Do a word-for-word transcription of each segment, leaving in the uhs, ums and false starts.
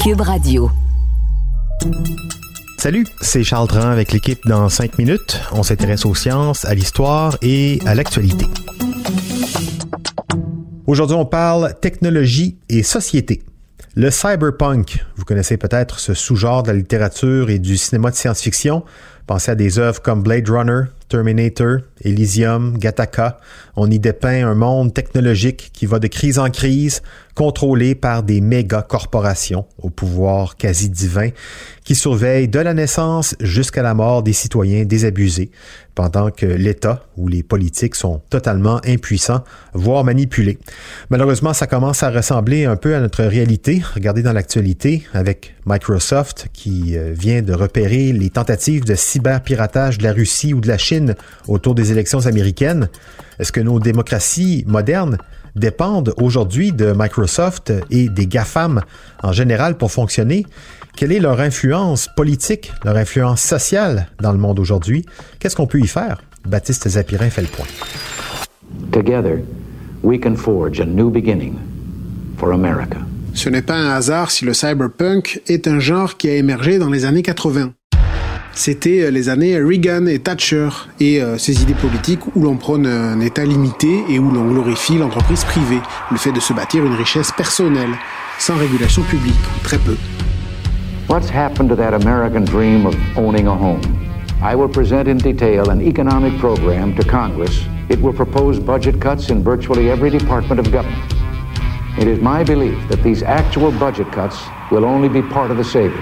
Cube Radio. Salut, c'est Charles Dran avec l'équipe dans cinq minutes. On s'intéresse aux sciences, à l'histoire et à l'actualité. Aujourd'hui, on parle technologie et société. Le cyberpunk, vous connaissez peut-être ce sous-genre de la littérature et du cinéma de science-fiction. Pensez à des œuvres comme Blade Runner, Terminator, Elysium, Gattaca. On y dépeint un monde technologique qui va de crise en crise, contrôlé par des méga-corporations au pouvoir quasi divin qui surveillent de la naissance jusqu'à la mort des citoyens désabusés, pendant que l'État ou les politiques sont totalement impuissants, voire manipulés. Malheureusement, ça commence à ressembler un peu à notre réalité. Regardez dans l'actualité avec Microsoft qui vient de repérer les tentatives de cyberpiratage de la Russie ou de la Chine autour des élections américaines. Est-ce que nos démocraties modernes dépendent aujourd'hui de Microsoft et des GAFAM en général pour fonctionner? Quelle est leur influence politique, leur influence sociale dans le monde aujourd'hui? Qu'est-ce qu'on peut y faire? Baptiste Zapirin fait le point. Together, we can forge a new beginning for America. Ce n'est pas un hasard si le cyberpunk est un genre qui a émergé dans les années quatre-vingts. C'était les années Reagan et Thatcher et euh, ces idées politiques où l'on prône un État limité et où l'on glorifie l'entreprise privée, le fait de se bâtir une richesse personnelle, sans régulation publique, très peu. What's happened to that American dream of owning a home? I will present in detail an economic program to Congress. It will propose budget cuts in virtually every department of government. It is my belief that these actual budget cuts will only be part of the savings.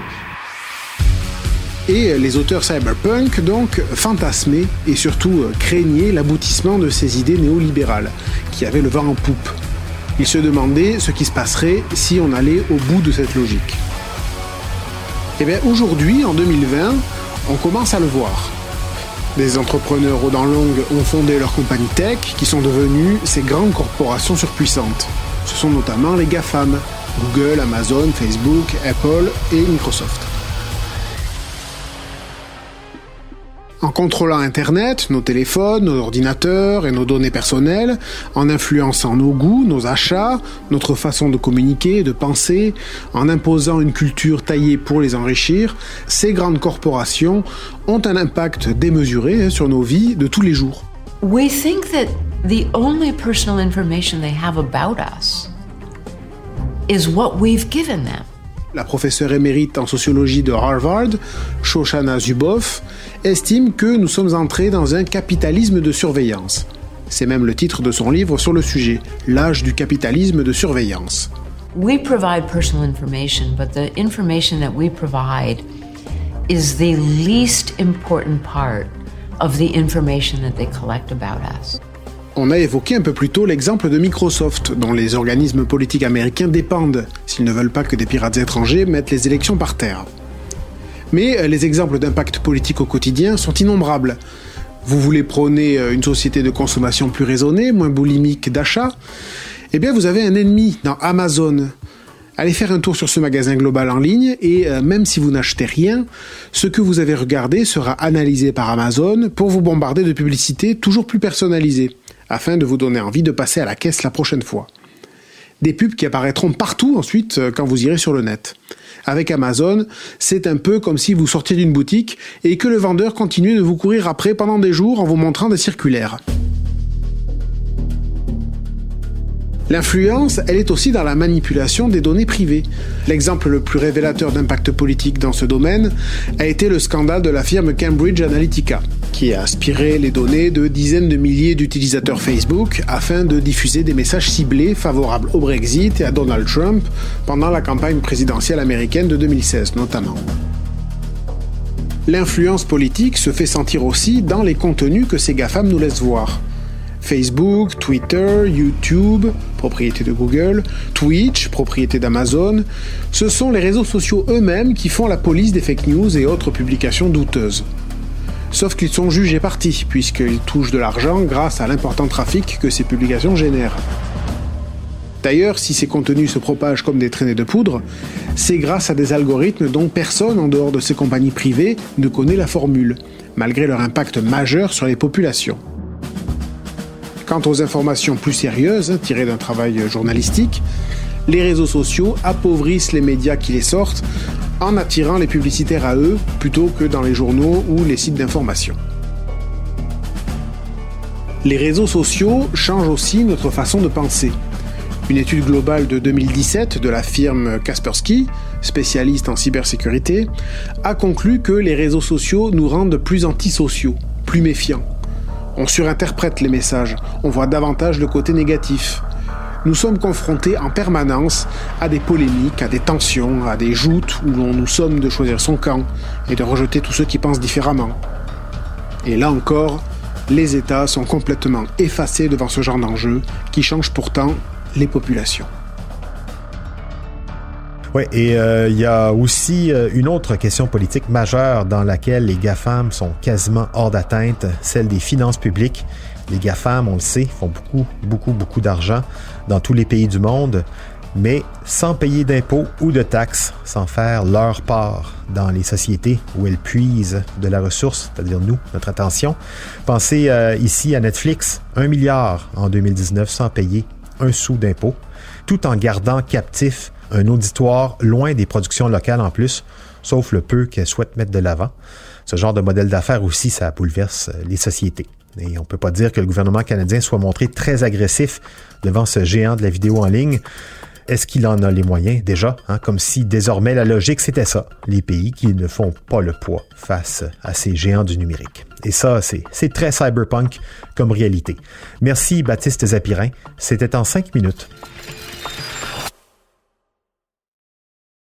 Et les auteurs cyberpunk, donc, fantasmaient et surtout craignaient l'aboutissement de ces idées néolibérales, qui avaient le vent en poupe. Ils se demandaient ce qui se passerait si on allait au bout de cette logique. Et bien aujourd'hui, en deux mille vingt, on commence à le voir. Des entrepreneurs aux dents longues ont fondé leurs compagnies tech, qui sont devenues ces grandes corporations surpuissantes. Ce sont notamment les GAFAM, Google, Amazon, Facebook, Apple et Microsoft. En contrôlant Internet, nos téléphones, nos ordinateurs et nos données personnelles, en influençant nos goûts, nos achats, notre façon de communiquer, de penser, en imposant une culture taillée pour les enrichir, ces grandes corporations ont un impact démesuré sur nos vies de tous les jours. We think that the only personal information they have about us is what we've given them. La professeure émérite en sociologie de Harvard, Shoshana Zuboff, estime que nous sommes entrés dans un capitalisme de surveillance. C'est même le titre de son livre sur le sujet, L'âge du capitalisme de surveillance. We provide personal information, but the information that we provide is the least important part of the information that they collect about us. On a évoqué un peu plus tôt l'exemple de Microsoft, dont les organismes politiques américains dépendent, s'ils ne veulent pas que des pirates étrangers mettent les élections par terre. Mais les exemples d'impact politique au quotidien sont innombrables. Vous voulez prôner une société de consommation plus raisonnée, moins boulimique d'achat? Eh bien, vous avez un ennemi dans Amazon. Allez faire un tour sur ce magasin global en ligne et euh, même si vous n'achetez rien, ce que vous avez regardé sera analysé par Amazon pour vous bombarder de publicités toujours plus personnalisées, afin de vous donner envie de passer à la caisse la prochaine fois. Des pubs qui apparaîtront partout ensuite quand vous irez sur le net. Avec Amazon, c'est un peu comme si vous sortiez d'une boutique et que le vendeur continuait de vous courir après pendant des jours en vous montrant des circulaires. L'influence, elle est aussi dans la manipulation des données privées. L'exemple le plus révélateur d'impact politique dans ce domaine a été le scandale de la firme Cambridge Analytica, qui a aspiré les données de dizaines de milliers d'utilisateurs Facebook afin de diffuser des messages ciblés favorables au Brexit et à Donald Trump pendant la campagne présidentielle américaine de deux mille seize notamment. L'influence politique se fait sentir aussi dans les contenus que ces GAFAM nous laissent voir. Facebook, Twitter, YouTube, propriété de Google, Twitch, propriété d'Amazon, ce sont les réseaux sociaux eux-mêmes qui font la police des fake news et autres publications douteuses. Sauf qu'ils sont jugés partis, puisqu'ils touchent de l'argent grâce à l'important trafic que ces publications génèrent. D'ailleurs, si ces contenus se propagent comme des traînées de poudre, c'est grâce à des algorithmes dont personne en dehors de ces compagnies privées ne connaît la formule, malgré leur impact majeur sur les populations. Quant aux informations plus sérieuses, tirées d'un travail journalistique, les réseaux sociaux appauvrissent les médias qui les sortent en attirant les publicitaires à eux plutôt que dans les journaux ou les sites d'information. Les réseaux sociaux changent aussi notre façon de penser. Une étude globale de deux mille dix-sept de la firme Kaspersky, spécialiste en cybersécurité, a conclu que les réseaux sociaux nous rendent plus antisociaux, plus méfiants. On surinterprète les messages, on voit davantage le côté négatif. Nous sommes confrontés en permanence à des polémiques, à des tensions, à des joutes où l'on nous somme de choisir son camp et de rejeter tous ceux qui pensent différemment. Et là encore, les États sont complètement effacés devant ce genre d'enjeu qui change pourtant les populations. Oui, et il euh, y a aussi euh, une autre question politique majeure dans laquelle les GAFAM sont quasiment hors d'atteinte, celle des finances publiques. Les GAFAM, on le sait, font beaucoup, beaucoup, beaucoup d'argent dans tous les pays du monde, mais sans payer d'impôts ou de taxes, sans faire leur part dans les sociétés où elles puisent de la ressource, c'est-à-dire nous, notre attention. Pensez euh, ici à Netflix, un milliard en deux mille dix-neuf sans payer un sou d'impôt, tout en gardant captif un auditoire loin des productions locales en plus, sauf le peu qu'elle souhaite mettre de l'avant. Ce genre de modèle d'affaires aussi, ça bouleverse les sociétés. Et on ne peut pas dire que le gouvernement canadien soit montré très agressif devant ce géant de la vidéo en ligne. Est-ce qu'il en a les moyens déjà? Hein? Comme si désormais la logique c'était ça, les pays qui ne font pas le poids face à ces géants du numérique. Et ça, c'est, c'est très cyberpunk comme réalité. Merci Baptiste Zapirin, c'était en cinq minutes.